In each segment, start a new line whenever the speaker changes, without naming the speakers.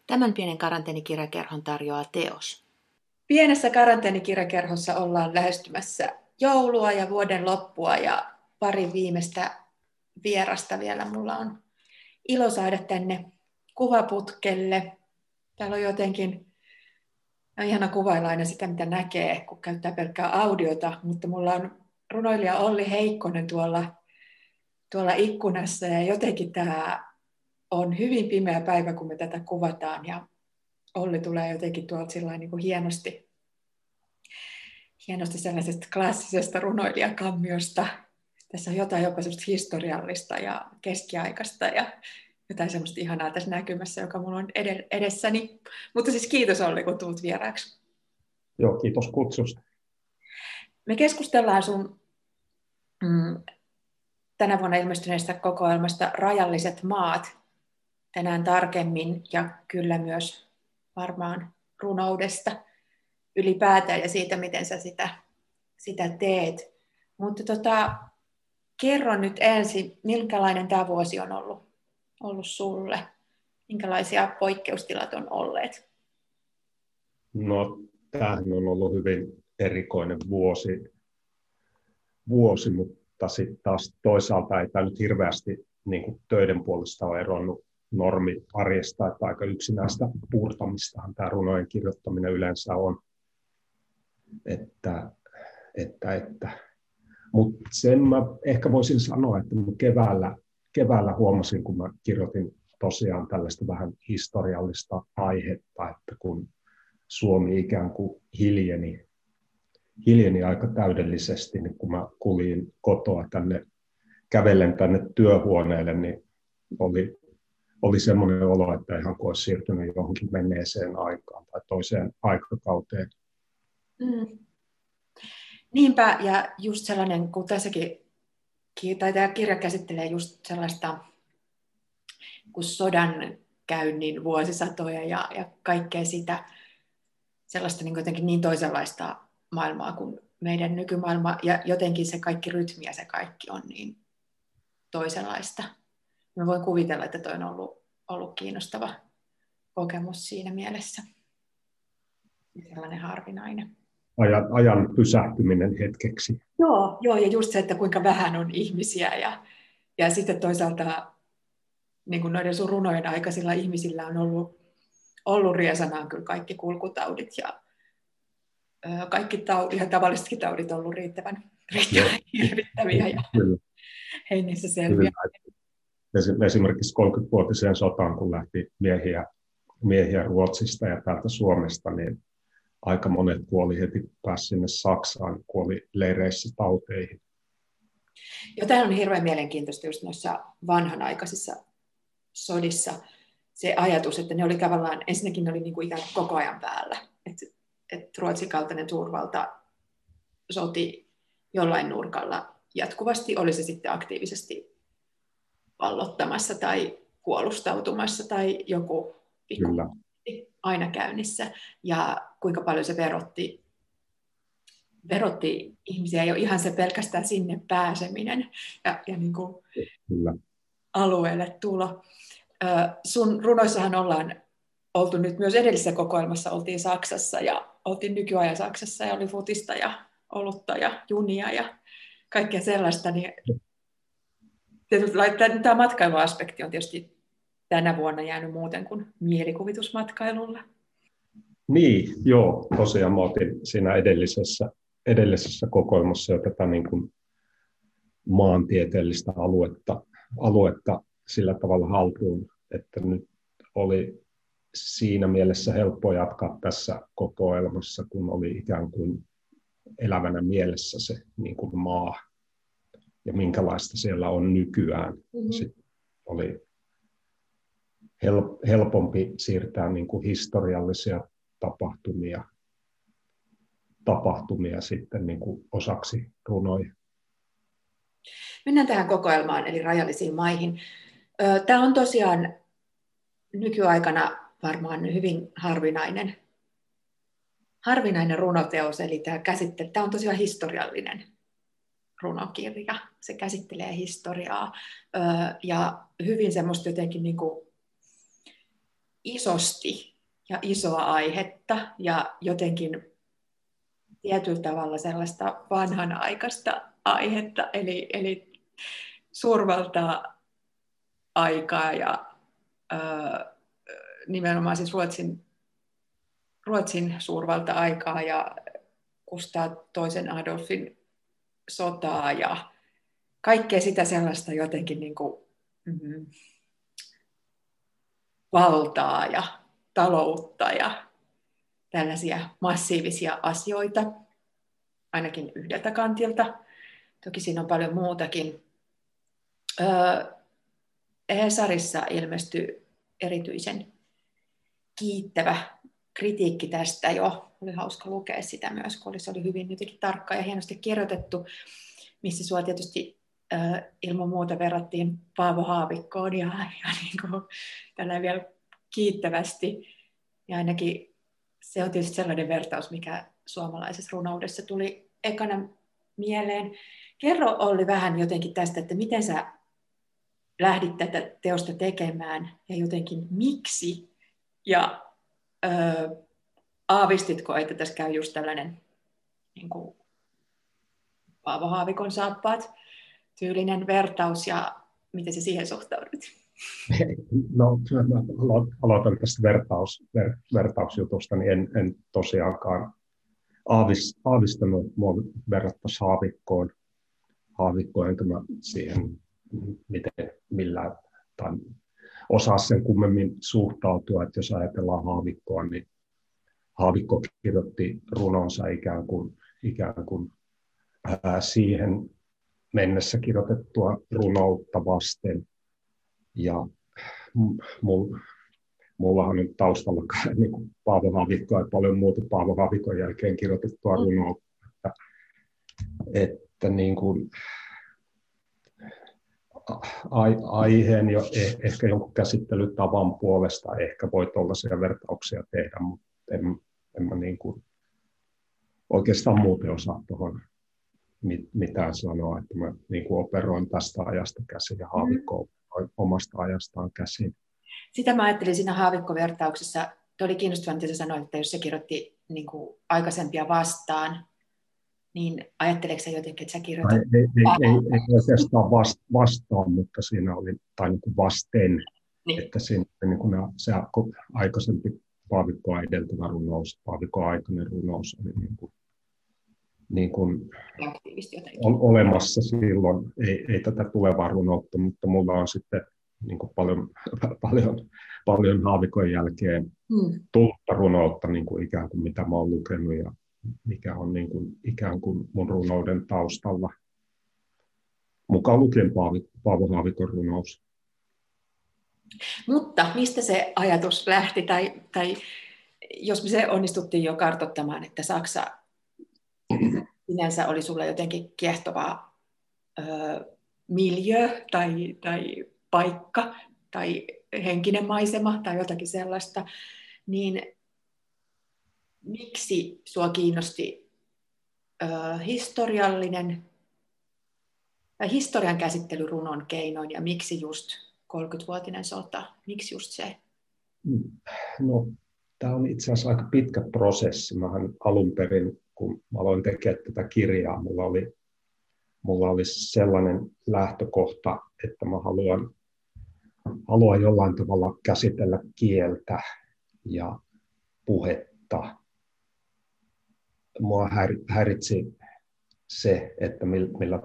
Tämän pienen karanteenikirjakerhon tarjoaa Teos.
Pienessä karanteenikirjakerhossa ollaan lähestymässä joulua ja vuoden loppua ja pari viimeistä vierasta vielä. Mulla on ilo saada tänne kuvaputkelle. Täällä on jotenkin ihana kuvailla aina sitä, mitä näkee, kun käyttää pelkkää audiota, mutta mulla on runoilija Olli Heikkonen tuolla ikkunassa ja jotenkin tämä on hyvin pimeä päivä, kun me tätä kuvataan ja Olli tulee jotenkin tuolta sillain niin kuin hienosti sellaisesta klassisesta runoilijakammiosta. Tässä on jotain jopa semmoista historiallista ja keskiaikaista ja jotain semmoista ihanaa tässä näkymässä, joka mulla on edessäni. Mutta siis kiitos Olli, kun tulet vieraaksi.
Joo, kiitos kutsusta.
Me keskustellaan sun tänä vuonna ilmestyneestä kokoelmasta Rajalliset maat tänään tarkemmin ja kyllä myös varmaan runoudesta ylipäätään ja siitä, miten sä sitä teet. Mutta kerro nyt ensin, minkälainen tämä vuosi on ollut sulle? Minkälaisia poikkeustilat on olleet?
No, tämähän on ollut hyvin erikoinen vuosi, mutta sitten taas toisaalta ei tämä nyt hirveästi niin kuin töiden puolesta ole eronnut normi-arjesta, että aika yksinäistä puurtamistahan tämä runojen kirjoittaminen yleensä on. Mutta sen mä ehkä voisin sanoa, että keväällä huomasin, kun mä kirjoitin tosiaan tällaista vähän historiallista aihetta, että kun Suomi ikään kuin hiljeni aika täydellisesti, niin kun mä kuljin kotoa kävellen tänne työhuoneelle, niin oli semmoinen olo, että ihan kuin olisi siirtynyt johonkin menneeseen aikaan tai toiseen aikakauteen.
Niinpä, ja just sellainen, kun tässäkin, tai tämä kirja käsittelee just sellaista kuin sodan käynnin vuosisatoja ja kaikkea sitä, sellaista niin jotenkin niin toisenlaista maailmaa kuin meidän nykymaailma, ja jotenkin se kaikki rytmi ja se kaikki on niin toisenlaista. Mä voin kuvitella, että toi on ollut kiinnostava kokemus siinä mielessä. Ja sellainen harvinainen.
Ajan pysähtyminen hetkeksi.
Joo, ja just se, että kuinka vähän on ihmisiä ja sitten toisaalta niin kuin noiden sun runojen aikaisilla ihmisillä on ollut riesanaan kyllä kaikki kulkutaudit ja kaikki ihan tavallisetkin taudit on ollut riittävän hirvittäviä ja hengissä selviä.
Esimerkiksi 30-vuotiseen sotaan, kun lähti miehiä Ruotsista ja täältä Suomesta, niin aika monet kuoli heti pääsi sinne Saksaan, kuoli leireissä tauteihin.
Tämä on hirveän mielenkiintoista just noissa vanhanaikaisissa sodissa se ajatus, että ne oli tavallaan, ensinnäkin ne oli niin kuin ikään kuin koko ajan päällä. Että Ruotsin kaltainen suurvalta soti jollain nurkalla jatkuvasti, oli se sitten aktiivisesti vallottamassa tai puolustautumassa tai joku aina käynnissä. Ja kuinka paljon se verotti ihmisiä jo ihan se pelkästään sinne pääseminen ja niin kuin alueelle tulo. Sun runoissahan ollaan oltu nyt myös edellisessä kokoelmassa, oltiin Saksassa ja oltiin nykyajan Saksassa ja oli futista ja olutta ja junia ja kaikkea sellaista. Niin tämä matkailuaspekti on tietysti tänä vuonna jäänyt muuten kuin mielikuvitusmatkailulla.
Niin, joo. Tosiaan mä otin siinä edellisessä kokoelmassa jo tätä niin kuin maantieteellistä aluetta sillä tavalla haltuun, että nyt oli siinä mielessä helppo jatkaa tässä kokoelmassa, kun oli ikään kuin elävänä mielessä se niin kuin maa ja minkälaista siellä on nykyään. Sitten oli helpompi siirtää niin kuin historiallisia tapahtumia sitten niin kuin osaksi runoja.
Mennään tähän kokoelmaan, eli Rajallisiin maihin. Tämä on tosiaan nykyaikana varmaan hyvin harvinainen runoteos, eli tämä on tosiaan historiallinen runokirja. Se käsittelee historiaa ja hyvin semmoista jotenkin niin kuin isosti ja isoa aihetta ja jotenkin tietyllä tavalla sellaista vanhanaikaista aihetta, eli suurvaltaa aikaa ja nimenomaan siis Ruotsin suurvalta-aikaa ja Kustaa toisen Adolfin sotaa ja kaikkea sitä sellaista jotenkin niin kuin, valtaa ja taloutta ja tällaisia massiivisia asioita, ainakin yhdeltä kantilta. Toki siinä on paljon muutakin. Hesarissa ilmestyi erityisen kiittävä kritiikki tästä jo. Oli hauska lukea sitä myös, kun se oli hyvin jotenkin tarkka ja hienosti kirjoitettu, missä sua tietysti ilman muuta verrattiin Paavo Haavikkoon ja niin kuin tällä vielä kiittävästi. Ja ainakin se on tietysti sellainen vertaus, mikä suomalaisessa runoudessa tuli ekana mieleen. Kerro Olli vähän jotenkin tästä, että miten sä lähdit tätä teosta tekemään ja jotenkin miksi ja aavistitko, että tässä käy just tällainen niin kuin Paavo Haavikon saappaat tyylinen vertaus ja miten sä siihen suhtaudut?
No, mä aloitan tästä vertausjutusta, niin en tosiaankaan aavistanut, että mua verrattaisiin Haavikkoon, enkä mä siihen millään tai osaa sen kummemmin suhtautua, että jos ajatellaan Haavikkoa, niin Haavikko kirjoitti runonsa ikään kuin siihen mennessä kirjoitettua runoutta vasten. Ja mullahan on taustalla niin kuin Paavo Haavikkoa ja paljon muuta Paavo Haavikon jälkeen kirjoitettua runoutta. Että niin kuin aiheen jo ehkä jonkun käsittelytavan puolesta ehkä voi tuollaisia vertauksia tehdä, mutta en mä niin kuin oikeastaan muuten osaa tuohon mitään sanoa, että mä niin kuin operoin tästä ajasta käsin ja Haavikko operoi omasta ajastaan käsin.
Sitä mä ajattelin siinä Haavikko-vertauksessa, tuo oli kiinnostavaa, mitä sä sanoit, että jos se kirjoitti niin kuin aikaisempia vastaan, niin ajatteleeko sä jotenkin, että sä kirjoitat?
Ei oikeastaan vastaan, mutta siinä oli, tai niin kuin vasten, niin. Että siinä niin kuin se aikaisempi Haavikkoa edeltävä runous, Haavikon aikainen runous oli niin kuin olemassa silloin. Ei tätä tulevaa runoutta, mutta mulla on sitten niin kuin paljon Haavikon jälkeen tullutta runoutta, niin kuin ikään kuin mitä mä oon lukenut ja mikä on niin kuin ikään kuin mun runouden taustalla. Mukaan lukien Paavo Haavikon runous.
Mutta mistä se ajatus lähti, tai jos me se onnistuttiin jo kartoittamaan, että Saksa sinänsä oli sulle jotenkin kiehtova miljöö tai paikka tai henkinen maisema tai jotakin sellaista, niin miksi sua kiinnosti historian käsittely runon keinoin ja miksi just 30-vuotinen sota? Miksi just se?
No, tämä on itse asiassa aika pitkä prosessi. Mähän alun perin, kun mä aloin tekemään tätä kirjaa, mulla oli sellainen lähtökohta, että mä haluan jollain tavalla käsitellä kieltä ja puhetta. Mua häiritsi se, että millä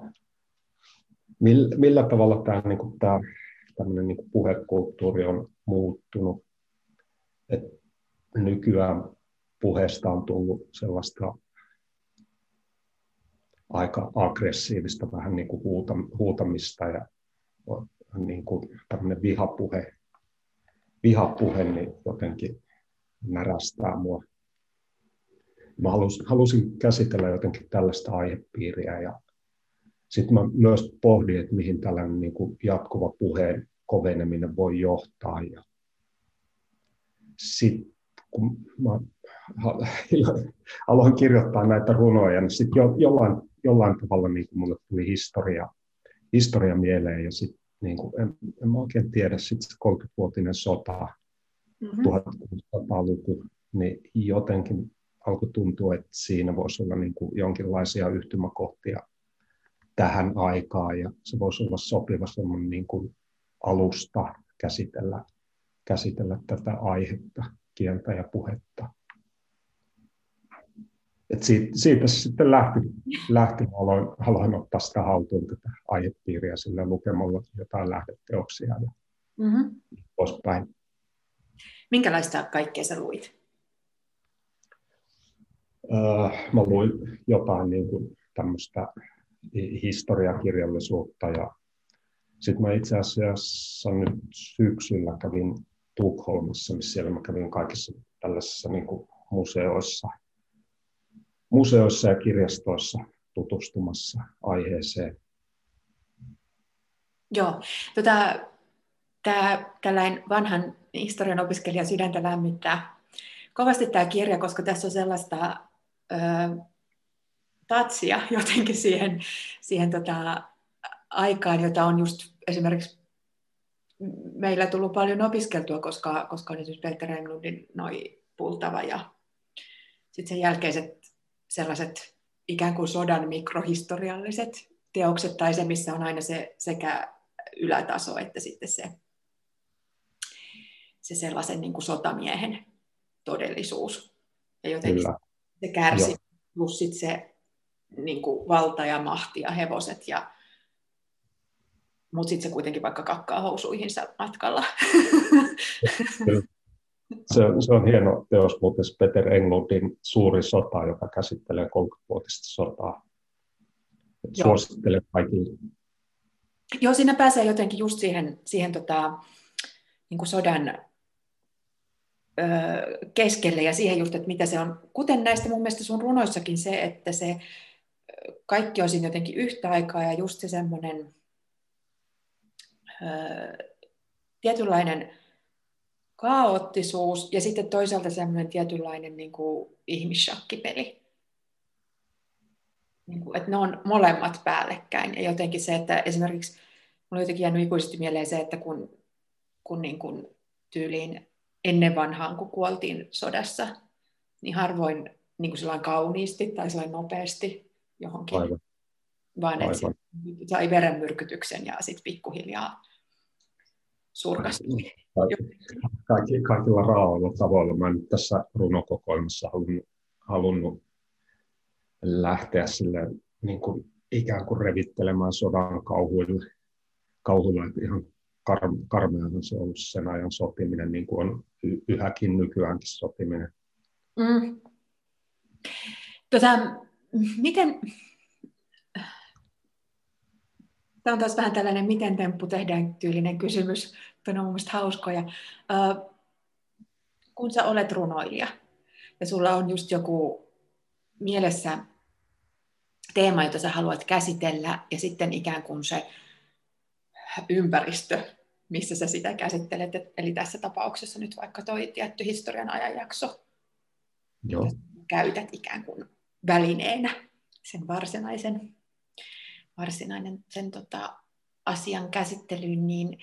tavalla tämä tämmöinen niin kuin puhekulttuuri on muuttunut. Et nykyään puheesta on tullut sellaista aika aggressiivista, vähän niin kuin huutamista ja niin kuin tämmöinen vihapuhe niin jotenkin närästää mua. Mä halusin käsitellä jotenkin tällaista aihepiiriä ja sitten mä myös pohdin, että mihin tällainen niin kuin jatkuva puheen koveneminen voi johtaa. Ja sitten kun mä aloin kirjoittaa näitä runoja, niin sitten jollain tavalla niin kuin mulle tuli historia mieleen ja sitten niin kuin en mä oikein tiedä, sitten se 30-vuotinen sota
Mm-hmm.
1600-luku, niin jotenkin alkoi tuntua, että siinä voisi olla niin kuin jonkinlaisia yhtymäkohtia tähän aikaan, ja se voisi olla sopiva semmoinen niin kuin alusta käsitellä tätä aihetta, kieltä ja puhetta. Et siitä se sitten lähti. Aloin ottaa sitä haltuun tätä aihepiiriä sillä lukemalla jotain lähdeteoksia ja poispäin.
Minkälaista kaikkea sä luit?
Mä luin jotain niin kuin tämmöistä historiakirjallisuutta ja sitten mä itse asiassa nyt syksyllä kävin Tukholmassa, missä siellä mä kävin kaikissa tällaisissa niin kuin museoissa ja kirjastoissa tutustumassa aiheeseen.
Joo, tällainen vanhan historian opiskelijan sydäntä lämmittää kovasti tämä kirja, koska tässä on sellaista tatsia jotenkin siihen aikaan, jota on just esimerkiksi meillä tullut paljon opiskeltua, koska on esimerkiksi Peter Englundin noi Pultava ja sitten sen jälkeiset sellaiset ikään kuin sodan mikrohistorialliset teokset, tai se, missä on aina se sekä ylätaso että sitten se sellaisen niin kuin sotamiehen todellisuus. Ja jotenkin se kärsi, plus sitten se niin kuin valta ja mahti ja hevoset, mutta sitten se kuitenkin vaikka kakkaa housuihinsa matkalla.
Se on hieno teos, muuten Peter Englundin Suuri sota, joka käsittelee 30-vuotista sotaa. Suosittelen kaikille.
Joo, siinä pääsee jotenkin just siihen niin kuin sodan keskelle ja siihen just, että mitä se on. Kuten näistä mun mielestä sun runoissakin se, että se kaikki on siinä jotenkin yhtä aikaa ja just se semmoinen tietynlainen kaoottisuus ja sitten toisaalta semmoinen tietynlainen niin kuin ihmisshakkipeli. Niin kuin, että ne on molemmat päällekkäin. Ja jotenkin se, että esimerkiksi mulla on jotenkin jäänyt ikuisesti mieleen se, että kun niin kuin tyyliin ennen vanhaan, kun kuoltiin sodassa, niin harvoin niin kuin sellainen kauniisti tai sellainen nopeasti johonkin.
Aivan.
Vaan että sai verenmyrkytyksen ja sitten pikkuhiljaa surkastui.
Kaikilla raaoilla tavoilla. Mä en nyt tässä runokokoelmassa halunnut lähteä sille niin kuin ikään kuin revittelemään sodan kauhuilla. Ihan karmeahan se on ollut sen ajan sotiminen, niin kuin on yhäkin nykyäänkin sotiminen.
Miten... Tämä on taas vähän tällainen miten temppu tehdään tyylinen kysymys. Tämä on mun mielestä hauskoja. Kun sä olet runoilija ja sulla on just joku mielessä teema, jota sä haluat käsitellä ja sitten ikään kuin se ympäristö, missä sä sitä käsittelet, eli tässä tapauksessa nyt vaikka toi tietty historian ajanjakso, jota käytät ikään kuin välineenä sen varsinainen sen asian käsittelyyn, niin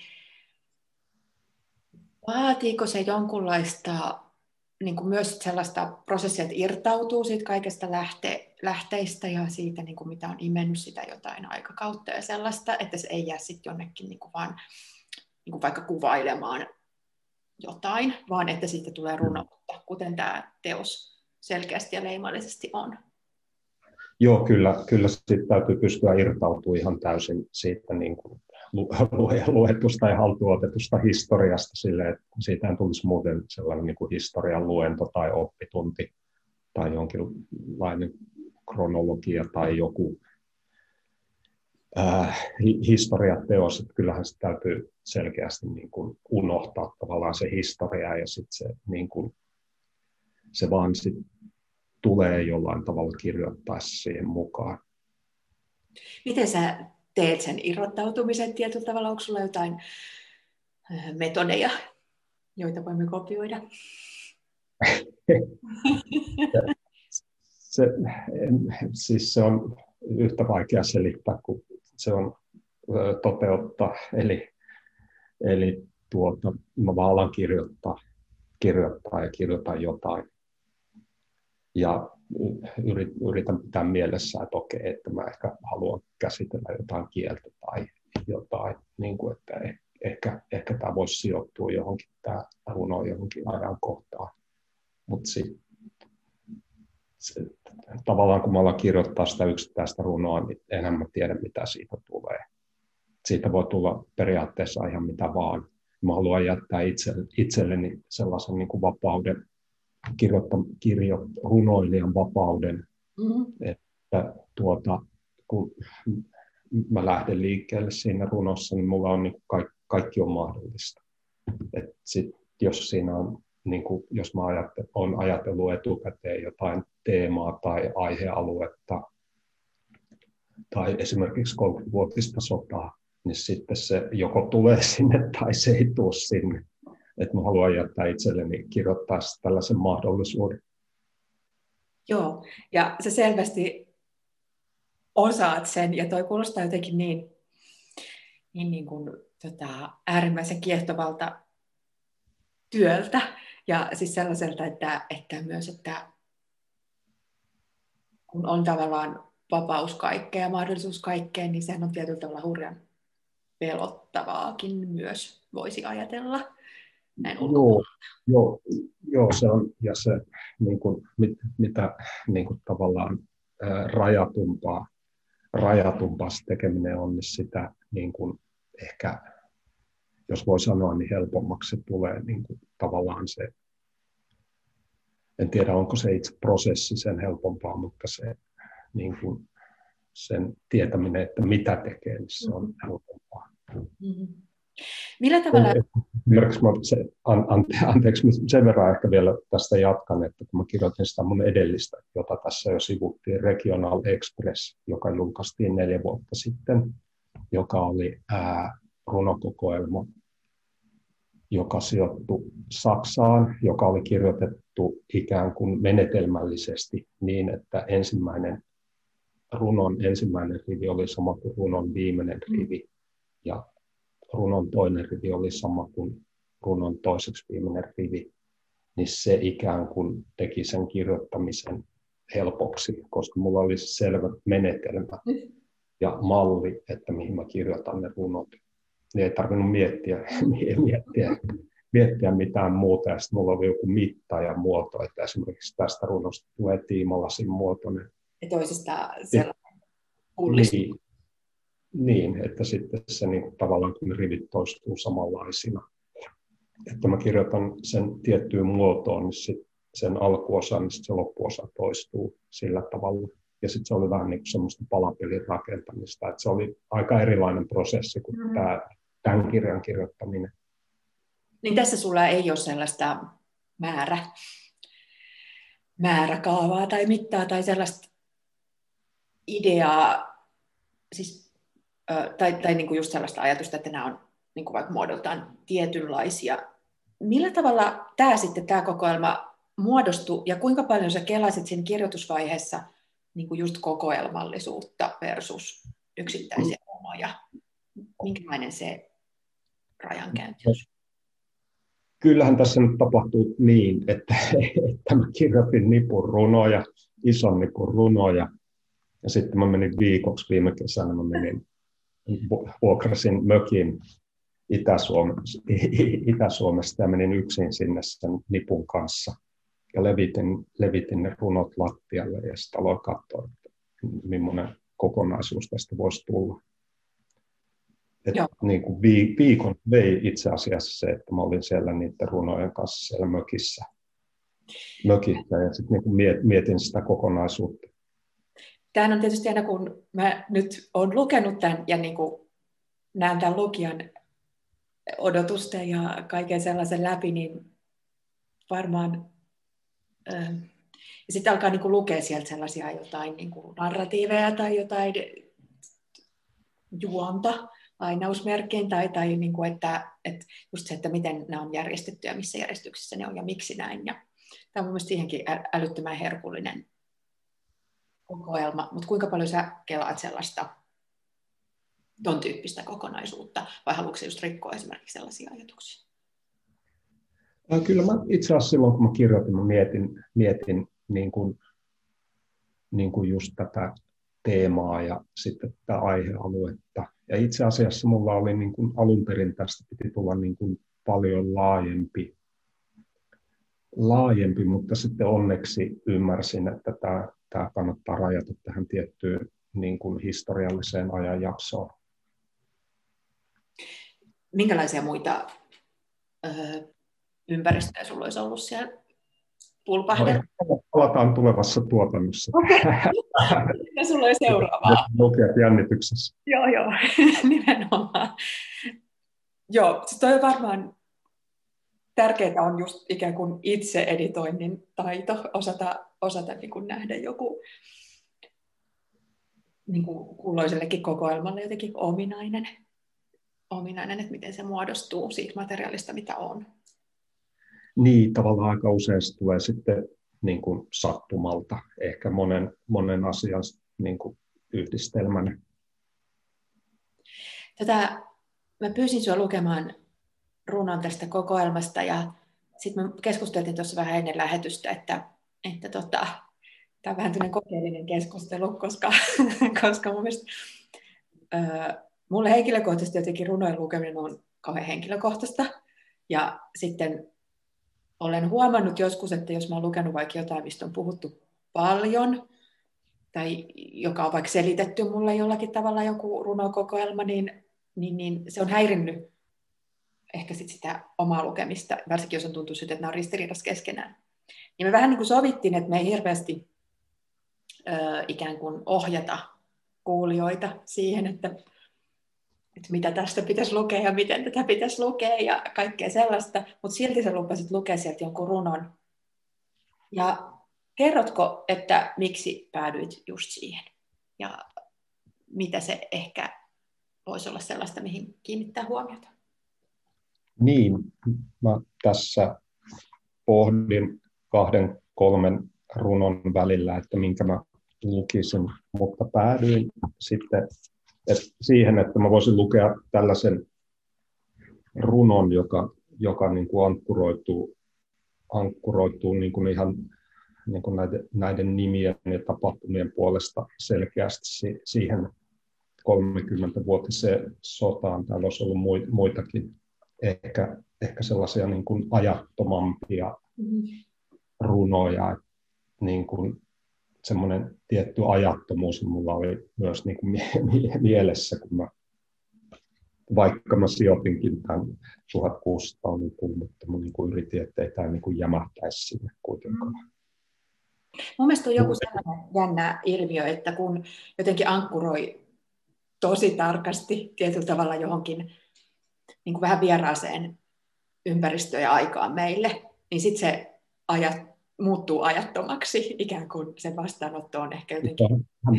vaatiiko se jonkunlaista niin kuin myös sellaista prosessia, että irtautuu siitä kaikesta lähteistä ja siitä, niin kuin mitä on imennyt sitä jotain aikakautta ja sellaista, että se ei jää sitten jonnekin niin kuin vaan niin kuin vaikka kuvailemaan jotain, vaan että siitä tulee runoutta, kuten tämä teos selkeästi ja leimallisesti on.
Joo, kyllä siitä täytyy pystyä irtautumaan ihan täysin siitä niin kuin luetusta ja haltuotetusta historiasta silleen, että siitä ei tulisi muuten sellainen niin kuin historian luento tai oppitunti tai jonkinlainen kronologia tai joku historiateos, että kyllähän se täytyy selkeästi niin kuin unohtaa tavallaan se historia ja sitten se, niin kuin, se vaan sit tulee jollain tavalla kirjoittaessa siihen mukaan.
Miten sä teet sen irrottautumisen tietyllä tavalla? Onko sulla jotain metodeja, joita voimme kopioida?
Se on yhtä vaikea selittää kuin se on toteuttaa. Eli mä vaan alan kirjoittaa kirjoittaa ja kirjoitan jotain. Ja yritän pitää mielessä, että okei, että mä ehkä haluan käsitellä jotain kieltä tai jotain, niin kuin, että ehkä tämä voisi sijoittua johonkin, tämä runo johonkin ajankohtaan. Mutta tavallaan kun mä alan kirjoittaa sitä yksittäistä runoa, niin enhän mä tiedä, mitä siitä tulee. Siitä voi tulla periaatteessa ihan mitä vaan. Mä haluan jättää itselleni sellaisen niin kuin vapauden, runoilijan vapauden, että kun mä lähden liikkeelle siinä runossa, niin mulla on niin kaikki on mahdollista. Et sit, jos siinä on, niin kuin, jos mä olen ajatellut etukäteen jotain teemaa tai aihealuetta tai esimerkiksi 30-vuotista sotaa, niin sitten se joko tulee sinne tai se ei tule sinne. Että mä haluan jättää itselleni kirjoittaa tällaisen mahdollisuuden.
Joo, ja sä selvästi osaat sen, ja toi kuulostaa jotenkin niin kuin, äärimmäisen kiehtovalta työltä, ja siis sellaiselta, että myös, että kun on tavallaan vapaus kaikkeen ja mahdollisuus kaikkeen, niin sehän on tietyllä tavalla hurjan pelottavaakin myös, voisi ajatella näin ulkopuolelta.
Joo, se on, ja se niin kuin, mitä niin kuin tavallaan rajatumpaa se tekeminen on, niin sitä niin kuin, ehkä, jos voi sanoa, niin helpommaksi se tulee niin kuin, tavallaan se, en tiedä onko se itse prosessi sen helpompaa, mutta se niin kuin, sen tietäminen, että mitä tekee, niin se on helpompaa.
Mm-hmm. Millä tavalla...
Anteeksi, sen verran ehkä vielä tästä jatkan, että kun mä kirjoitin sitä mun edellistä, jota tässä jo sivuttiin, Regional Express, joka julkaistiin 4 vuotta sitten, joka oli runokokoelma, joka sijoittui Saksaan, joka oli kirjoitettu ikään kuin menetelmällisesti niin, että runon ensimmäinen rivi oli sama kuin runon viimeinen rivi, ja runon toinen rivi oli sama kuin runon toiseksi viimeinen rivi, niin se ikään kuin teki sen kirjoittamisen helpoksi, koska mulla oli selvä menetelmä ja malli, että mihin mä kirjoitan ne runot. Niin ei tarvinnut miettiä mitään muuta, ja sitten mulla oli joku mitta ja muoto, että esimerkiksi tästä runosta tulee tiimalasin muotoinen.
Ja toisesta sellainen pullistus.
Niin, että sitten se niin kuin, tavallaan kun rivit toistuu samanlaisina. Että mä kirjoitan sen tiettyyn muotoon, niin sen alkuosa, niin se loppuosa toistuu sillä tavalla. Ja sitten se oli vähän niin kuin semmoista palapelin rakentamista. Että se oli aika erilainen prosessi kuin tämän kirjan kirjoittaminen.
Niin tässä sulla ei ole sellaista määräkaavaa tai mittaa tai sellaista ideaa, siis, tai niin kuin just sellaista ajatusta, että nämä on niin kuin vaikka muodoltaan tietynlaisia. Millä tavalla tämä kokoelma muodostui ja kuinka paljon sä kelasit siinä kirjoitusvaiheessa niin kuin just kokoelmallisuutta versus yksittäisiä omoja? Minkälainen se rajankäynti on?
Kyllähän tässä nyt tapahtuu niin, että mä kirjoitin nipun runoja, ison nipun runoja, ja sitten mä menin viikoksi viime kesänä, vuokrasin mökin Itä-Suomesta ja menin yksin sinne sen nipun kanssa ja levitin ne runot lattialle ja sitten aloin katsoa, että millainen kokonaisuus tästä voisi tulla. Niin kuin viikon vei itse asiassa se, että mä olin siellä niiden runojen kanssa siellä mökissä ja sitten niin kuin mietin sitä kokonaisuutta.
Tämähän on tietysti aina, kun mä nyt olen lukenut tämän ja niin kuin näen tämän lukijan odotusten ja kaiken sellaisen läpi, niin varmaan... Ja sitten alkaa niin kuin lukea sieltä sellaisia jotain niin kuin narratiiveja tai jotain juonta lainausmerkkein, tai niin kuin, että just se, että miten nämä on järjestetty ja missä järjestyksessä ne on ja miksi näin. Ja tämä on mielestäni siihenkin älyttömän herkullinen kokoelma, mutta kuinka paljon sä kelaat sellaista ton tyyppistä kokonaisuutta, vai haluatko just rikkoa esimerkiksi sellaisia ajatuksia?
Kyllä mä itse asiassa silloin, kun mä kirjoitin, mä mietin niin kuin just tätä teemaa ja sitten tätä aihealuetta. Ja itse asiassa mulla oli niin kuin alun perin tästä piti tulla niin kuin paljon laajempi, mutta sitten onneksi ymmärsin, että tämä kannattaa rajata tähän tiettyyn niin kuin historialliseen ajanjaksoon.
Minkälaisia muita ympäristöjä sulla olisi ollut siellä Pulpahdella?
No, palataan tulevassa tuotannossa.
Ja sulla oli seuraavaa.
Lukijat jännityksessä.
Joo, nimenomaan. Joo, se toi varmaan tärkeää on just ikään kuin itse editoinnin taito, osata niin kuin nähdä joku niin kuin kulloisellekin kokoelmalle jotenkin ominainen, että miten se muodostuu siitä materiaalista, mitä on.
Niin, tavallaan aika usein se tulee sitten niin kuin sattumalta, ehkä monen asian niin kuin yhdistelmänä.
Mä pyysin sinua lukemaan runon tästä kokoelmasta ja sitten me keskusteltiin tuossa vähän ennen lähetystä, että tämä on vähän tämmöinen kokeellinen keskustelu, koska mun mielestä mulle henkilökohtaisesti jotenkin runojen lukeminen on kauhean henkilökohtaista. Ja sitten olen huomannut joskus, että jos mä oon lukenut vaikka jotain, mistä on puhuttu paljon, tai joka on vaikka selitetty mulle jollakin tavalla joku runokokoelma, niin se on häirinnyt ehkä sitä omaa lukemista, varsinkin jos on tuntunut, että nämä on ristiriidassa keskenään. Niin me vähän niin kuin sovittiin, että me ei hirveästi ikään kuin ohjata kuulijoita siihen, että mitä tästä pitäisi lukea ja miten tätä pitäisi lukea ja kaikkea sellaista, mutta silti sä lupasit lukea sieltä jonkun runon. Ja kerrotko, että miksi päädyit just siihen ja mitä se ehkä voisi olla sellaista, mihin kiinnittää huomiota?
Niin, mä tässä pohdin 2-3 runon välillä, että minkä mä lukisin, mutta päädyin sitten siihen, että mä voisin lukea tällaisen runon, joka niin kuin ankkuroituu niin kuin ihan niin kuin näiden nimien ja tapahtumien puolesta selkeästi siihen 30-vuotiseen sotaan. Täällä olisi ollut muitakin ehkä sellaisia niin kuin ajattomampia runoja, niin kuin semmoinen tietty ajattomuus mulla oli myös niin kuin mielessä, vaikka mä sijoitinkin tämän 1600-lukuun, mutta mä niin kuin yritin, ettei tämä niin kuin jämähtäisi sinne kuitenkaan.
Mun mielestä on joku sellainen jännä ilmiö, että kun jotenkin ankkuroi tosi tarkasti tietyllä tavalla johonkin niin kuin vähän vieraaseen ympäristöön ja aikaan meille, niin sitten se muuttuu ajattomaksi, ikään kuin se vastaanotto on ehkä jotenkin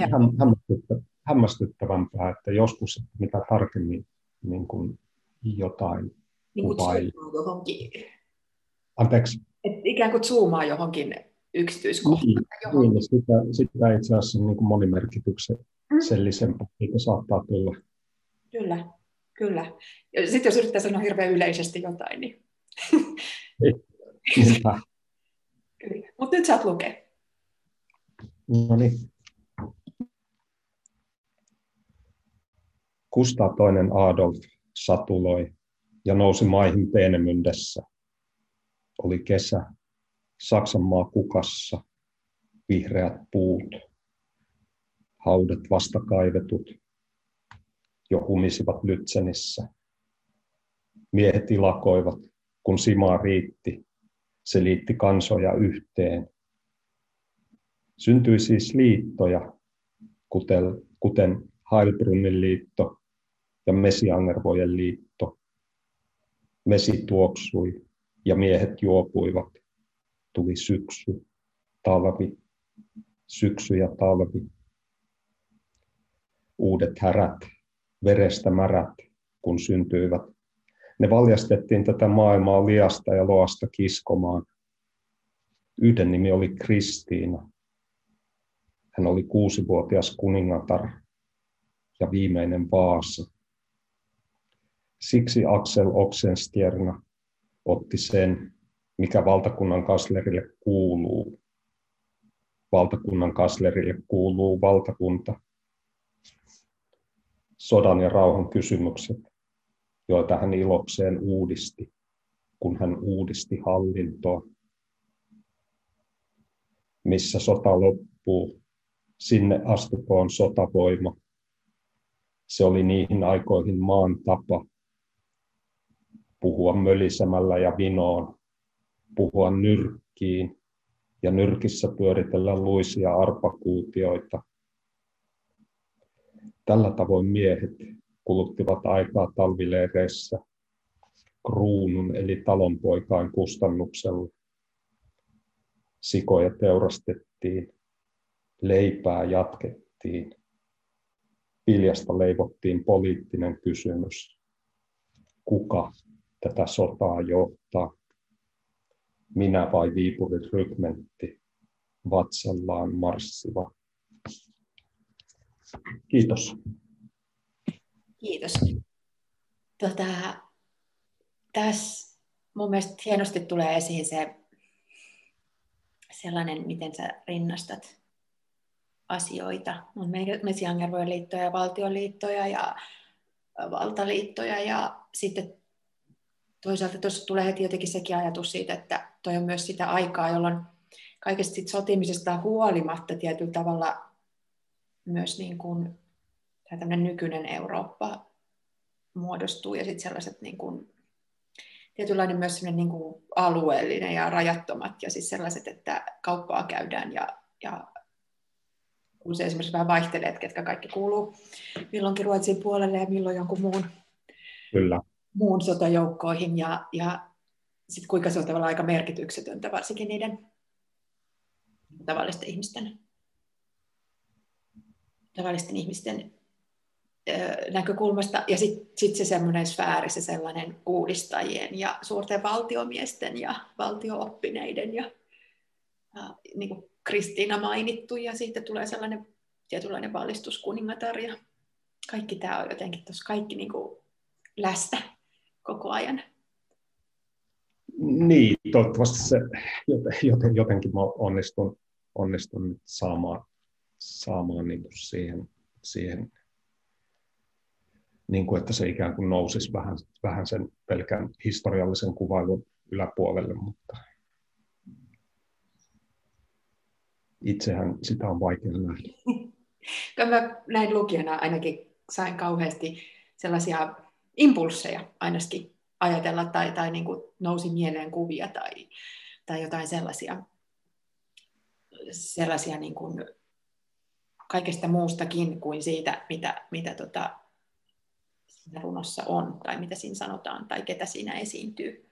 hämmästyttävämpää, että joskus mitä tarkemmin niin kuin jotain
niin johonkin.
Anteeksi.
Et ikään kuin zoomaa johonkin yksityiskohtaan.
Niin, sitä itse asiassa niin kuin monimerkityksellisempää, mitä saattaa tulla.
Kyllä. Ja sitten jos yrittää sanoa hirveän yleisesti jotain, niin...
Niinpä.
Kyllä. Mutta nyt saat lukea.
No niin. Kustaa II Adolf satuloi ja nousi maihin Peenemündessä. Oli kesä, Saksanmaa kukassa, vihreät puut, haudat vasta kaivetut, jo humisivat Lützenissä. Miehet ilakoivat, kun simaa riitti, se liitti kansoja yhteen. Syntyi siis liittoja, kuten Heilbrunnin liitto ja Mesiangervojen liitto. Mesi tuoksui ja miehet juopuivat. Tuli syksy ja talvi. Uudet härät, verestä märät, kun syntyivät. Ne valjastettiin tätä maailmaa liasta ja loasta kiskomaan. Yhden nimi oli Kristiina. Hän oli 6-vuotias kuningatar ja viimeinen Vaasa. Siksi Axel Oxenstierna otti sen, mikä valtakunnan kanslerille kuuluu. Valtakunnan kanslerille kuuluu valtakunta. Sodan ja rauhan kysymykset, joita hän ilokseen uudisti, kun hän uudisti hallintoa. Missä sota loppuu, sinne astukoon sotavoima. Se oli niihin aikoihin maan tapa. Puhua mölisemällä ja vinoon, puhua nyrkkiin ja nyrkissä pyöritellä luisia arpakuutioita. Tällä tavoin miehet kuluttivat aikaa talvileireissä kruunun eli talonpoikain kustannuksella. Sikoja teurastettiin, leipää jatkettiin, viljasta leivottiin poliittinen kysymys. Kuka tätä sotaa johtaa? Minä vai Viipurin rykmentti, vatsallaan marssiva? Kiitos.
Kiitos. Tässä mun mielestä hienosti tulee esiin se sellainen, miten sä rinnastat asioita. On mesiangervojen liittoja ja valtioliittoja ja valtaliittoja ja sitten toisaalta tuossa tulee heti jotenkin sekin ajatus siitä, että toi on myös sitä aikaa, jolloin kaikesta sit sotimisesta huolimatta tietyllä tavalla myös niin kuin tämmöinen nykyinen Eurooppa muodostuu ja sitten sellaiset niin kuin, tietynlainen myös sellainen niin kuin alueellinen ja rajattomat ja siis sellaiset, että kauppaa käydään ja kun se esimerkiksi vähän vaihtelee, että ketkä kaikki kuuluu milloinkin Ruotsin puolelle ja milloin jonkun muun sotajoukkoihin ja sitten kuinka se on tavallaan aika merkityksetöntä varsinkin niiden tavallisten ihmisten näkökulmasta. Ja sitten se semmoinen sfääri, se sellainen uudistajien ja suurten valtiomiesten ja valtio-oppineiden ja niin kuin Kristiina mainittu, ja siitä tulee sellainen tietynlainen valistuskuningatar, ja kaikki tämä on jotenkin tuossa kaikki niin kuin läsnä koko ajan.
Niin, toivottavasti se jotenkin mä onnistun nyt saamaan niin kuin siihen niin kuin, että se ikään kuin nousisi vähän sen pelkän historiallisen kuvailun yläpuolelle, mutta itsehän sitä on vaikea nähdä.
Mä näin lukijana ainakin sain kauheasti sellaisia impulsseja ainakin ajatella tai niin kuin nousi mieleen kuvia tai jotain sellaisia niin kuin kaikesta muustakin kuin siitä, mitä siinä runossa on tai mitä siinä sanotaan tai ketä siinä esiintyy.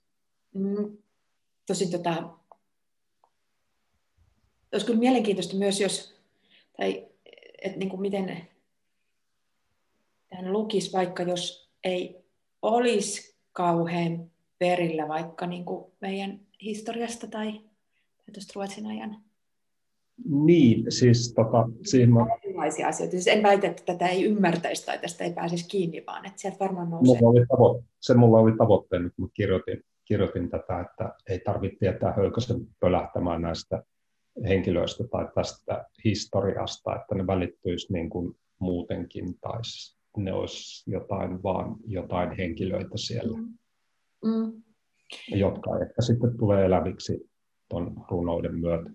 Tosin olisi kyllä mielenkiintoista myös, että niin kuin miten tämän lukisi, vaikka jos ei olisi kauhean perillä vaikka niin kuin meidän historiasta tai tuosta Ruotsin ajan.
Niin, siis siihen mä...
Erilaisia asioita. Siis en väitä, että tätä ei ymmärtäisi tai tästä ei pääsisi kiinni, vaan että sieltä varmaan nousee.
Mulla oli tavoitteena, kun kirjoitin tätä, että ei tarvitse tietää höykäsen pölähtämään näistä henkilöistä tai tästä historiasta, että ne välittyisi niin kuin muutenkin, tai ne olisi jotain henkilöitä siellä, jotka ehkä sitten tulee eläviksi tuon runouden myötä.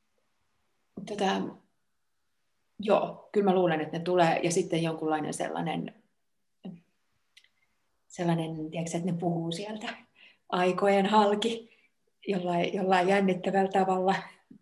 Joo, kyllä mä luulen, että ne tulee, ja sitten jonkunlainen sellainen tiedätkö, että ne puhuu sieltä aikojen halki jollain jännittävällä tavalla.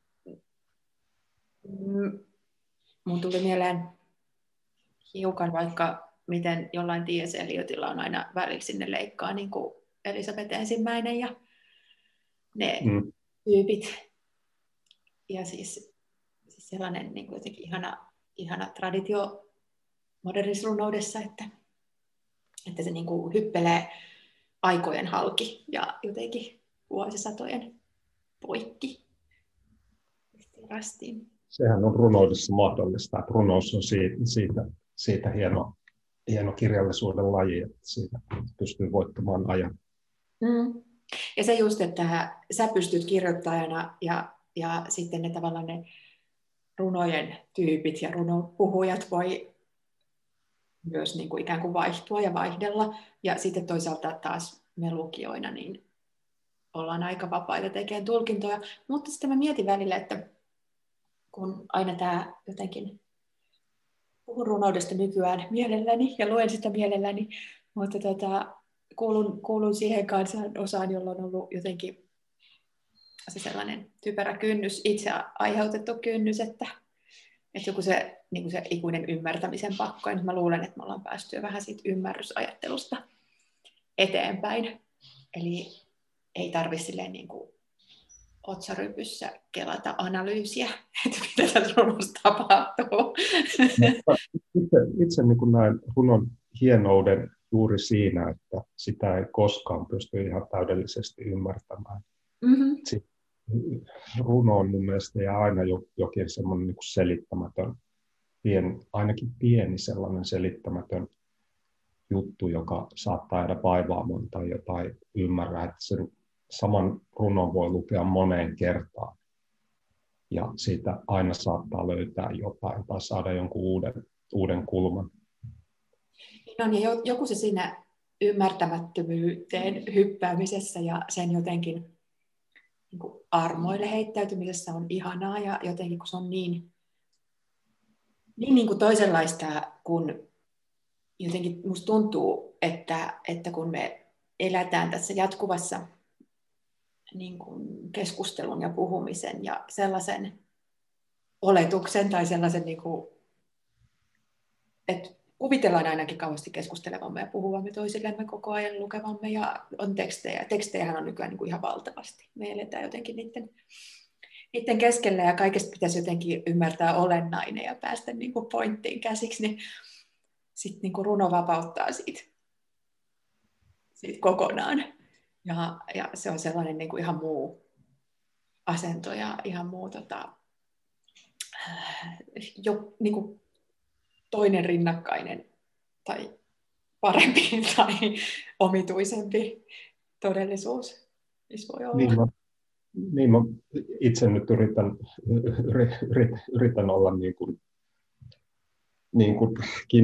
Mun tuli mieleen hiukan vaikka, miten jollain T.S. Eliotilla on aina välillä sinne leikkaa niin kuin Elisabeth I ja ne tyypit. Ja siis sellainen niin kuin jotenkin ihana traditio modernissa runoudessa, että se niin kuin hyppelee aikojen halki ja jotenkin vuosisatojen poikki rastiin.
Sehän on runoudessa mahdollista, että runous on siitä hieno kirjallisuuden laji, että siitä pystyy voittamaan ajan.
Ja se just, että sä pystyt kirjoittajana ja sitten ne tavallaan ne runojen tyypit ja runopuhujat voi myös niin kuin ikään kuin vaihtua ja vaihdella. Ja sitten toisaalta taas me lukijoina niin ollaan aika vapaita tekemään tulkintoja. Mutta sitten mä mietin välillä, että kun aina tämä jotenkin puhun runoudesta nykyään mielelläni ja luen sitä mielelläni, mutta kuulun siihen kansan osaan, jolla on ollut jotenkin se sellainen typerä kynnys, itse aiheutettu kynnys, että joku se, niin kuin se ikuinen ymmärtämisen pakko. Ja nyt mä luulen, että me ollaan päästy jo vähän siitä ymmärrysajattelusta eteenpäin. Eli ei tarvitse silleen niin kuin otsarypyssä kelata analyysiä, että mitä tässä runossa tapahtuu.
Itse niin kuin näen runon hienouden juuri siinä, että sitä ei koskaan pysty ihan täydellisesti ymmärtämään. Mm-hmm. Runo on mun mielestä ja aina jokin semmoinen niin kuin selittämätön, ainakin pieni sellainen selittämätön juttu, joka saattaa jäädä vaivaamaan tai jotain ymmärrä, että sen saman runon voi lukea moneen kertaan ja siitä aina saattaa löytää jotain tai saada jonkun uuden kulman.
No niin, joku se siinä ymmärtämättömyyteen hyppäämisessä ja sen jotenkin niin kuin armoille heittäytymisessä on ihanaa ja jotenkin kun se on niin kuin toisenlaista, kun jotenkin musta tuntuu, että kun me elätään tässä jatkuvassa niin kuin keskustelun ja puhumisen ja sellaisen oletuksen tai sellaisen, niin kuin, että kuvitellaan ainakin kauheasti keskustelevamme ja puhuvamme toisillemme koko ajan, lukevamme ja on tekstejä. Tekstejähän on nykyään niin kuin ihan valtavasti. Me eletään jotenkin niiden keskellä ja kaikesta pitäisi jotenkin ymmärtää olennainen ja päästä niin kuin pointtiin käsiksi, niin sitten niin kuin runo vapauttaa siitä kokonaan. Ja se on sellainen niin kuin ihan muu asento ja ihan muu niin kuin toinen rinnakkainen tai parempi tai omituisempi todellisuus, missä voi olla.
Niin mä itse nyt yritän olla niin kuin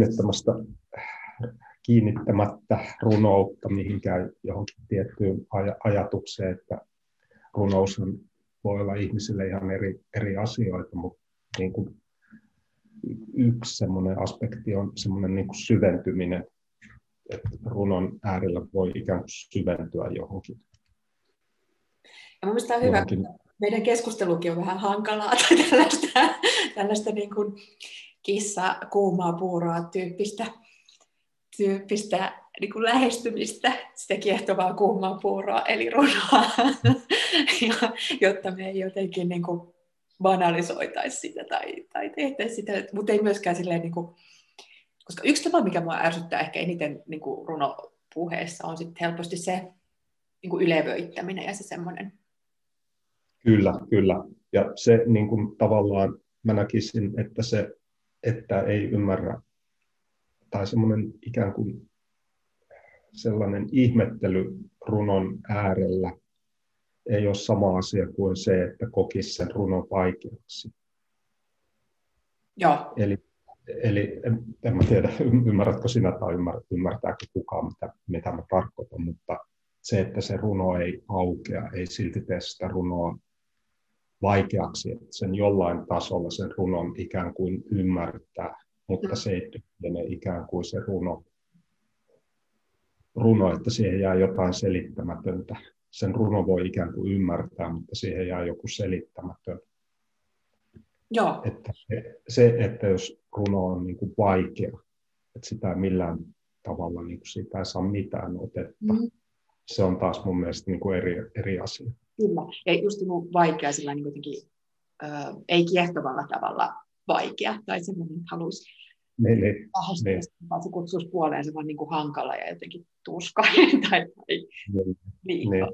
kiinnittämättä runoutta mihinkään johonkin tiettyyn ajatukseen, että runoushan voi olla ihmisille ihan eri asioita, mutta niin kuin yksi semmoinen aspekti on semmoinen niin kuin syventyminen, että runon äärellä voi ikään kuin syventyä johonkin.
Ja mielestäni on hyvä, että meidän keskustelukin on vähän hankalaa tai tällaista niin kuin kissa kuumaa puuroa tyyppistä niin kuin lähestymistä, sitä kiehtovaa kuumaa puuroa, eli runoa, jotta me ei jotenkin niin kuin banalisoitaisi sitä tai tehtäisi sitä, mutta ei myöskään silleen, niin kuin, koska yksi tapa, mikä minua ärsyttää ehkä eniten niin kuin runopuheessa, on sitten helposti se niin kuin ylevöittäminen ja se semmoinen.
Kyllä. Ja se niin kuin, tavallaan mä näkisin, että se, että ei ymmärrä, tai semmoinen ikään kuin sellainen ihmettely runon äärellä ei ole sama asia kuin se, että kokisi sen runon vaikeaksi.
Joo.
Eli en mä tiedä, ymmärrätkö sinä tai ymmärtääkö kukaan, mitä mä tarkoitan, mutta se, että se runo ei aukea, ei silti tee sitä runoa vaikeaksi, että sen jollain tasolla sen runon ikään kuin ymmärtää, mutta se ei tyhjene ikään kuin se runo, että siihen jää jotain selittämätöntä. Sen runo voi ikään kuin ymmärtää, mutta siihen jää joku selittämätön.
Joo.
Että jos runo on niin kuin vaikea, että sitä ei millään tavalla niin kuin siitä ei saa mitään otetta, se on taas mun mielestä niin kuin eri asia.
Kyllä, ja just niin vaikea sillä niin jotenkin, ei kiehtovalla tavalla vaikea, tai semmoinen haluaisi lähestyä, se kutsuisi puoleensa vaan niin kuin hankala ja jotenkin tuskainen tai liikaa.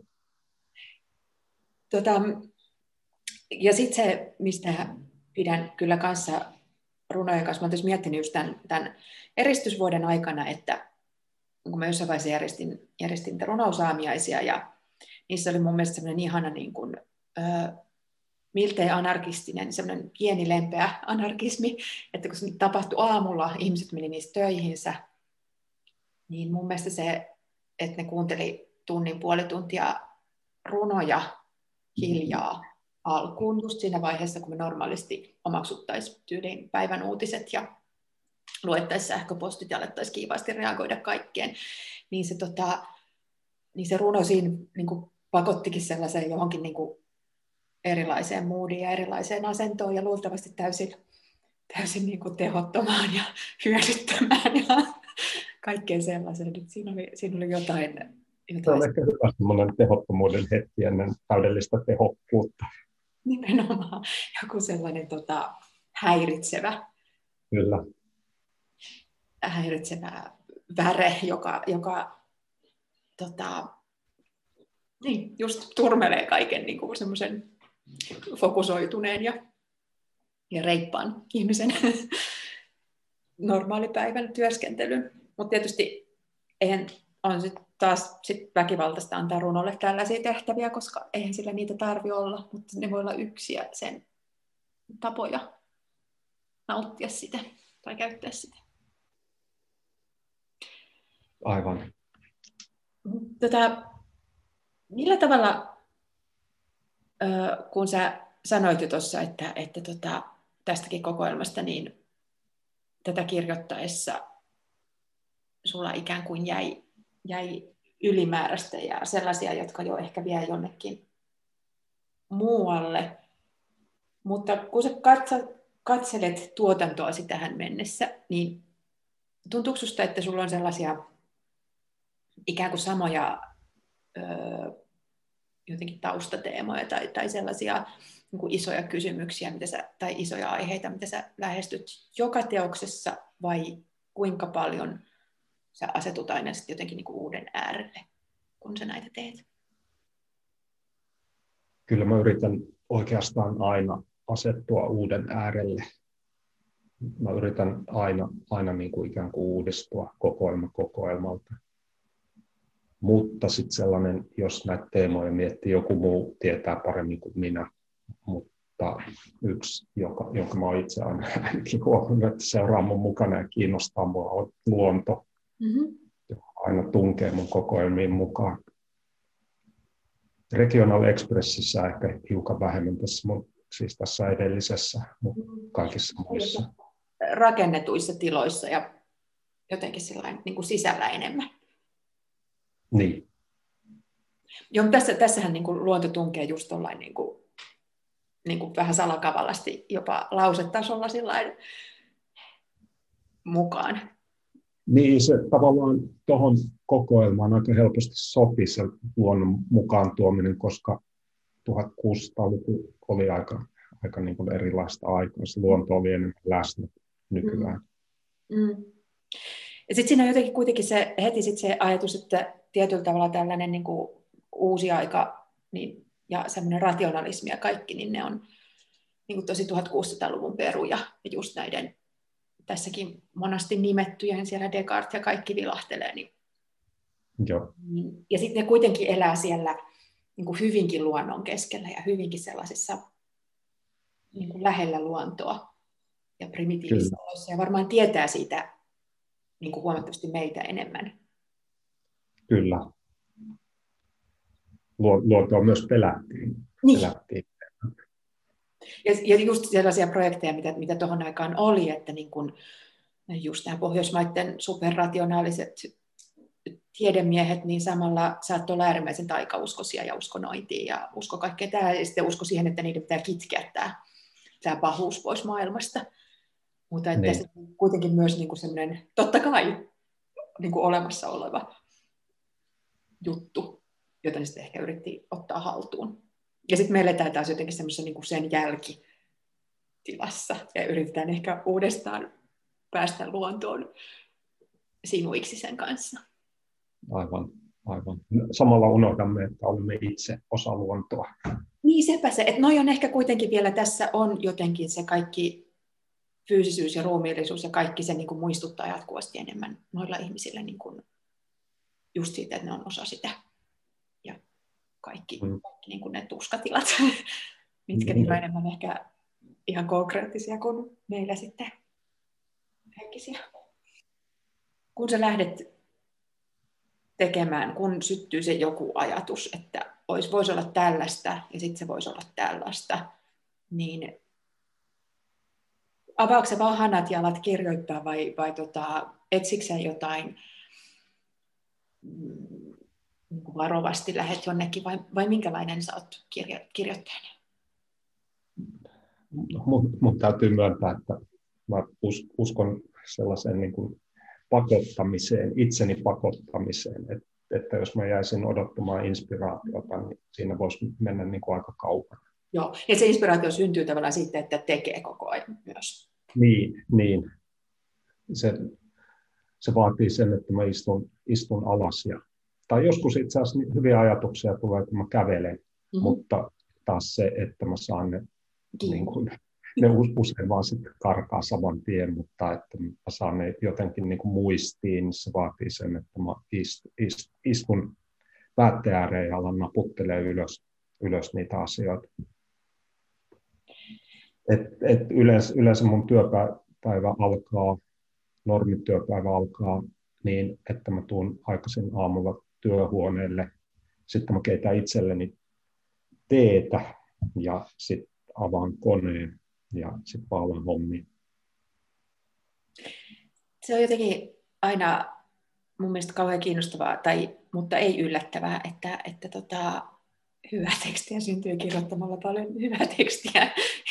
Ja sitten se, mistä pidän kyllä kanssa runojen kanssa, mä olen miettinyt just tämän eristysvuoden aikana, että kun mä jossain vaiheessa järjestin runousaamiaisia ja niissä oli mun mielestä semmoinen ihana niin kuin, miltei anarkistinen, semmoinen pieni lempeä anarkismi, että kun se tapahtui aamulla, ihmiset meni niistä töihinsä, niin mun mielestä se, että ne kuunteli tunnin, puoli tuntia runoja hiljaa alkuun, just siinä vaiheessa, kun me normaalisti omaksuttaisiin tyyliin päivän uutiset ja luettaisiin sähköpostit ja alettaisiin kiivaasti reagoida kaikkeen, niin se runo siinä niin kuin pakottikin sellaiseen johonkin niin kuin erilaiseen moodiin ja erilaiseen asentoon ja luultavasti täysin niin kuin tehottomaan ja hyödyttämään ja kaikkeen sellaiseen. Siinä oli jotain.
Se on ehkä hyvä semmoinen tehottomuuden hetki ennen täydellistä tehokkuutta.
Nimenomaan joku sellainen häiritsevä.
Kyllä.
Häiritsevä väre, joka niin, just turmelee kaiken niin kuin semmoisen fokusoituneen ja reippaan ihmisen normaalipäivän työskentelyn. Mutta tietysti on taas väkivaltaista antaa runolle tällaisia tehtäviä, koska eihän sillä niitä tarvi olla, mutta ne voi olla yksiä sen tapoja nauttia sitä tai käyttää sitä.
Aivan.
Millä tavalla, kun sä sanoit jo tuossa, että tästäkin kokoelmasta, niin tätä kirjoittaessa sulla ikään kuin jäi ylimääräistä ja sellaisia, jotka jo ehkä vie jonnekin muualle. Mutta kun sä katselet tuotantoasi tähän mennessä, niin tuntuuko susta, että sulla on sellaisia ikään kuin samoja jotenkin taustateemoja tai sellaisia niin kuin isoja kysymyksiä tai isoja aiheita, mitä sä lähestyt joka teoksessa, vai kuinka paljon sä asetut aina sitten jotenkin niin kuin uuden äärelle, kun sä näitä teet?
Kyllä mä yritän oikeastaan aina asettua uuden äärelle. Mä yritän aina niin kuin ikään kuin uudistua kokoelmalta. Mutta sitten sellainen, jos näitä teemoja miettii, joku muu tietää paremmin kuin minä. Mutta yksi, jonka mä oon itse ainakin huomannut, että seuraa mun mukana ja kiinnostaa mua, on luonto. Mm-hmm. Joka aina tunkee mun kokoelmiin mukaan. Regional Expressissä ehkä hiukan vähemmän tässä edellisessä, mutta kaikissa muissa.
Rakennetuissa tiloissa ja jotenkin sillain, niin kuin sisällä enemmän.
Niin.
Joo, tässähän niin kuin luonto tunkee just tollain niin kuin vähän salakavallasti, jopa lausetasolla sillain mukaan.
Niin, se tavallaan tuohon kokoelmaan aika helposti sopii se luonnon mukaan tuominen, koska 1600-luku oli aika niin kuin erilaista aikaa. Se luonto oli enemmän läsnä nykyään.
Ja sitten siinä on jotenkin kuitenkin heti se ajatus, että tietyllä tavalla tällainen niin kuin uusi aika niin, ja semmoinen rationalismi ja kaikki, niin ne on niin kuin tosi 1600-luvun peruja. Ja just näiden tässäkin monasti nimettyjen siellä Descartes ja kaikki vilahtelee. Niin,
joo.
Ja sitten ne kuitenkin elää siellä niin kuin hyvinkin luonnon keskellä ja hyvinkin sellaisissa niin kuin lähellä luontoa ja primitiivisissä oloissa. Ja varmaan tietää siitä niin kuin huomattavasti meitä enemmän.
Kyllä. Luontoa myös pelättiin.
Niin. Ja just sellaisia projekteja, mitä tuohon aikaan oli, että niin kun just nämä Pohjoismaiden superrationaaliset tiedemiehet, niin samalla saattoi olla äärimmäisen taikauskoisia ja uskonointia ja usko kaikkea tämä, ja sitten usko siihen, että niiden pitää kitkeä tämä pahuus pois maailmasta. Mutta että niin. Se kuitenkin myös niin kuin sellainen, totta kai niin kuin olemassa oleva juttu, jota ne sitten ehkä yritti ottaa haltuun. Ja sitten me eletään taas jotenkin semmoisessa niin kuin sen jälkitilassa ja yritetään ehkä uudestaan päästä luontoon sinuiksi sen kanssa.
Aivan. Samalla unohdamme, että olemme itse osa luontoa.
Niin sepä se, että noi on ehkä kuitenkin vielä tässä on jotenkin se kaikki fyysisyys ja ruumiillisuus ja kaikki se niin kuin muistuttaa jatkuvasti enemmän noilla ihmisillä niin kuin just siitä, että ne on osa sitä. kaikki niin kuin ne tuskatilat, mitkä on enemmän ehkä ihan konkreettisia kuin meillä sitten henkisiä. Kun sä lähdet tekemään, kun syttyy se joku ajatus, että voisi olla tällaista ja sitten se voisi olla tällaista, niin avaako sä vaan hanat ja alat kirjoittaa vai etsikö sä jotain niin kuin varovasti lähdet jonnekin vai minkälainen sä oot kirjoittajana?
Mun täytyy myöntää, että mä uskon sellaiseen niin kuin pakottamiseen, itseni pakottamiseen, että jos mä jäisin odottamaan inspiraatiota, niin siinä voisi mennä niin kuin aika kauan.
Joo, ja se inspiraatio syntyy tavallaan siitä, että tekee koko ajan myös.
Niin. Se vaatii sen, että mä istun alas. Tai joskus itse asiassa hyviä ajatuksia tulee, kun mä kävelen, mutta taas se, että mä saan ne, niin kuin, ne usein vaan sitten karkaa saman tien, mutta että mä saan ne jotenkin niin kuin muistiin, niin se vaatii sen, että mä istun päätteen ääreen ja alan naputtelee ylös niitä asioita. Yleensä mun työpäivä alkaa, normityöpäivä alkaa niin, että mä tuun aikaisin aamulla työhuoneelle. Sitten mä keitän itselleni teetä ja sitten avaan koneen ja sitten paalan hommia.
Se on jotenkin aina mun mielestä kauhean kiinnostavaa, mutta ei yllättävää, että hyvää tekstiä syntyy kirjoittamalla paljon hyvää tekstiä.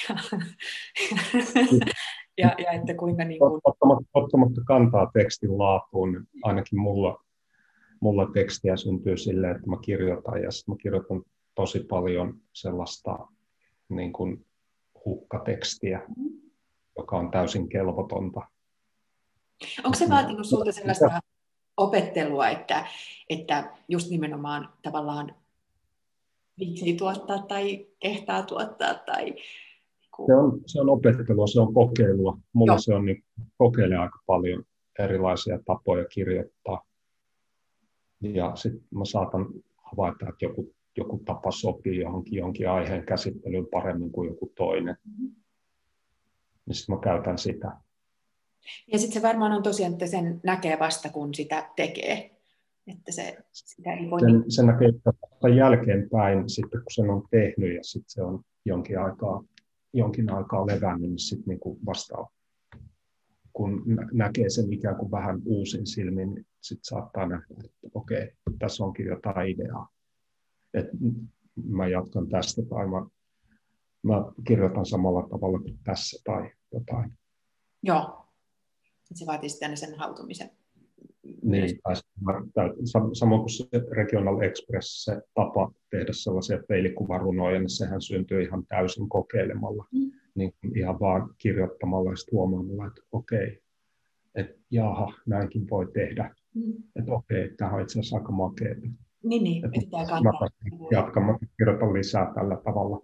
ja että kuinka niin kuin...
Ottamatta kantaa tekstin laatuun, ainakin mulla tekstiä syntyy silleen, että mä kirjoitan ja sitten mä kirjoitan tosi paljon sellaista niin kuin hukkatekstiä, joka on täysin kelvotonta.
Onko se vaatinut sulta sellaista opettelua, että just nimenomaan tavallaan viitsii tuottaa tai kehtaa tuottaa? Tai...
Se on opettelua, se on kokeilua. Mulla se on niin, kokeilee aika paljon erilaisia tapoja kirjoittaa. Ja sitten mä saatan havaita, että joku tapa sopii jonkin aiheen käsittelyyn paremmin kuin joku toinen. Niin sitten mä käytän sitä.
Ja sitten se varmaan on tosiaan, että sen näkee vasta, kun sitä tekee. Että sitä ei voi...
Sen näkee jälkeenpäin, sitten kun sen on tehnyt ja sitten se on jonkin aikaa levännyt, niin sitten niinku vasta kun näkee sen ikään kuin vähän uusin silmin, niin sitten saattaa nähdä, että okei, tässä onkin jotain ideaa. Että mä jatkan tästä tai mä kirjoitan samalla tavalla kuin tässä tai jotain.
Joo. Se vaatii sitten sen hautumisen.
Niin, samoin kuin se Regional Express, se tapa tehdä sellaisia peilikuvarunoja, niin sehän syntyy ihan täysin kokeilemalla. Niin ihan vaan kirjoittamalla ja sitten huomaamalla, että okei, että jaha, näinkin voi tehdä. Että okei, tämä on itse asiassa aika makeata.
Niin, pitää kantaa.
Mä kirjoitan lisää tällä tavalla.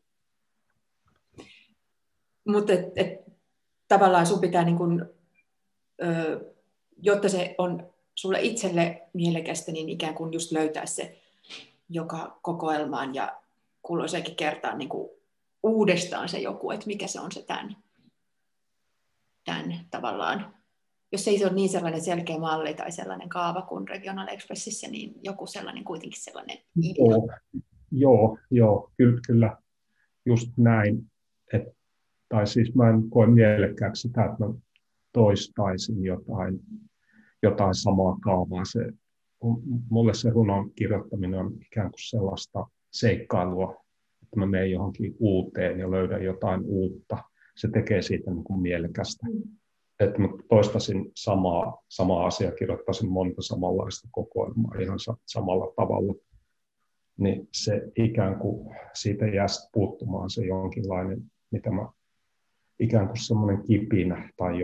Mutta tavallaan sun pitää, niin kun, jotta se on sulle itselle mielekästä, niin ikään kuin just löytää se joka kokoelmaan ja kulloiseenkin kertaan niin kuin uudestaan se joku, että mikä se on se tämän tavallaan. Jos ei se ole niin sellainen selkeä malli tai sellainen kaava kuin Regional Expressissä, niin joku sellainen kuitenkin sellainen idea.
Joo, kyllä just näin. Tai siis mä en koe mielekkääksi sitä, että mä toistaisin jotain samaa kaavaa. Mulle se runon kirjoittaminen on ikään kuin sellaista seikkailua, että mä menen johonkin uuteen ja löydän jotain uutta. Se tekee siitä niin kuin mielekästä. Että mä toistaisin samaa asiaa, kirjoittaisin monta samanlaista kokoelmaa ihan samalla tavalla. Niin se ikään kuin siitä jää puuttumaan se jonkinlainen, mitä mä ikään kuin semmoinen kipinä tai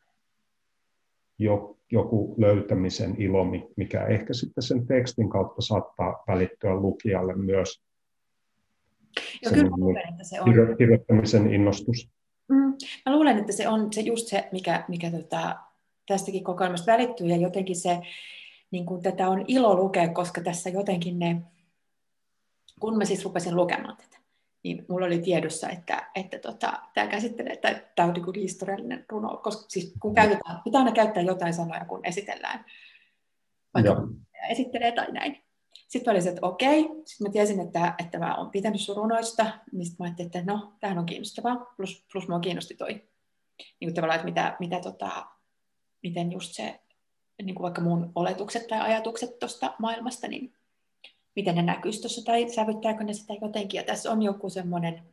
joku löytämisen ilo, mikä ehkä sitten sen tekstin kautta saattaa välittyä lukijalle myös.
Joo, kyllä mä luulen, että se on.
Kirjoittamisen innostus.
Mä luulen, että se on just se, mikä tästäkin kokoelmasta välittyy, ja jotenkin se, niin kuin tätä on ilo lukea, koska tässä jotenkin kun mä siis rupesin lukemaan tätä, niin mulla oli tiedossa, että tämä käsittelee, että tämä on niin historiallinen runo, koska siis kun pitää aina käyttää jotain sanoja, kun esitellään, vaikka esittelee tai näin. Sitten mä olisin, että okei. Sitten mä tiesin, että mä oon pitänyt sun runoista, niin sitten mä ajattelin, että no, tämähän on kiinnostavaa, plus mua kiinnosti toi. Niin kuin tavallaan, että miten just se, niin kuin vaikka mun oletukset tai ajatukset tuosta maailmasta, niin miten ne näkyisi tuossa, tai sävyttääkö ne sitä jotenkin. Ja tässä on joku semmoinen,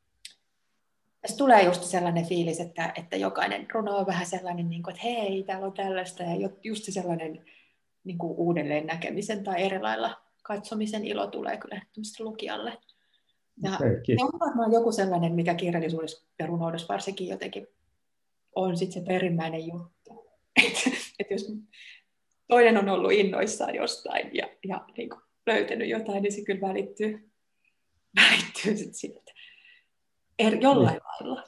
tässä tulee just sellainen fiilis, että jokainen runo on vähän sellainen, niin kuin, että hei, täällä on tällaista, ja just se sellainen niin kuin uudelleen näkemisen tai eri lailla katsomisen ilo tulee kyllä lukijalle. Ja se on varmaan joku sellainen, mikä kirjallisuudessa ja runoudessa varsinkin jotenkin on sitten se perimmäinen juttu. Että jos toinen on ollut innoissaan jostain ja niin kuin löytänyt jotain, niin se kyllä välittyy sitten siitä jollain lailla.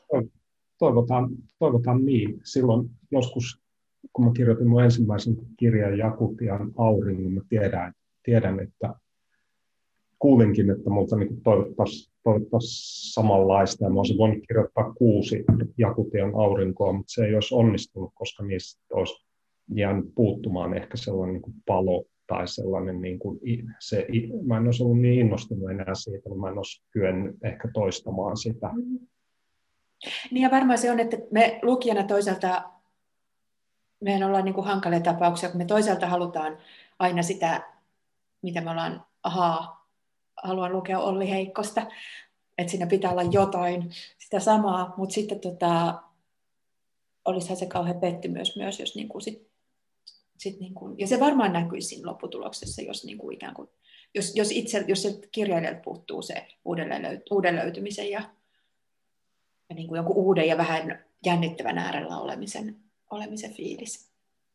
Toivotaan niin. Silloin joskus, kun mä kirjoitin mun ensimmäisen kirjan Jakutian auringon, mä tiedän, että kuulinkin, että multa niin toivottaisiin samanlaista, ja mä olisin voinut kirjoittaa 6 Jakutian aurinkoa, mutta se ei olisi onnistunut, koska niistä olisi jäänyt puuttumaan ehkä sellainen niin kuin palo tai sellainen, niin kuin mä en olisi ollut niin innostunut enää siitä, niin mä en olisi kyennyt ehkä toistamaan sitä.
Niin ja varmaan se on, että me lukijana toisaalta, mehän ollaan niin kuin hankalia tapauksia, kun me toisaalta halutaan aina sitä, mitä me ollaan, haluan lukea Olli Heikkosta, että siinä pitää olla jotain sitä samaa, mutta sitten olisihan se kauhean pettymys myös, jos niin kuin sit niin kuin, ja se varmaan näkyisi siinä lopputuloksessa, jos niin kuin ikään kuin, jos se kirjailijalta puuttuu se uuden löytymisen ja niin kuin jonkun uuden ja vähän jännittävän äärellä olemisen fiilis.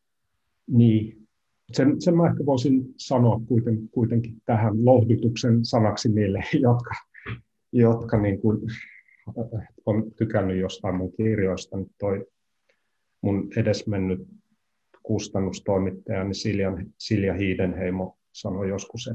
Niin. Sen mä ehkä voisin sanoa kuitenkin tähän lohdutuksen sanaksi niille, jotka niin kuin on tykännyt jostain mun kirjoista. Nyt toi mun edesmennyt kustannustoimittajani Silja Hiidenheimo sanoi joskus,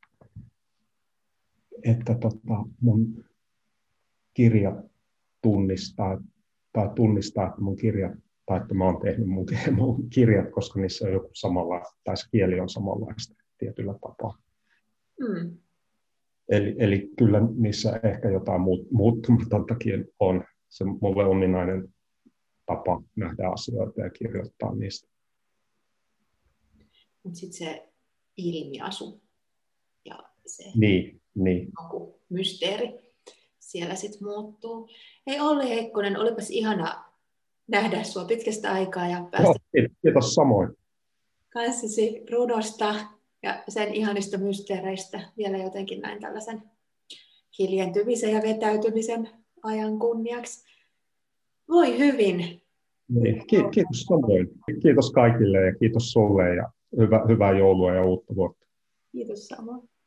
että mun kirjat tunnistaa, että mun kirjat, tai että mä oon tehnyt mun kirjat, koska niissä on joku samanlaista, tai se kieli on samanlaista tietyllä tapaa.
Mm.
Eli kyllä niissä ehkä jotain muuttumatontakin on. Se mulle ominainen tapa nähdä asioita ja kirjoittaa niistä.
Mutta sitten se ilmiasu ja se joku mysteeri siellä sitten muuttuu. Hei Olli Heikkonen, olipas ihana nähdä sinua pitkästä aikaa ja päästä
kiitos samoin
kanssasi runosta ja sen ihanista mysteereistä vielä jotenkin näin tällaisen hiljentymisen ja vetäytymisen ajan kunniaksi. Voi hyvin.
Niin, kiitos samoin. Kiitos kaikille ja kiitos sulle ja hyvää joulua ja uutta vuotta.
Kiitos samoin.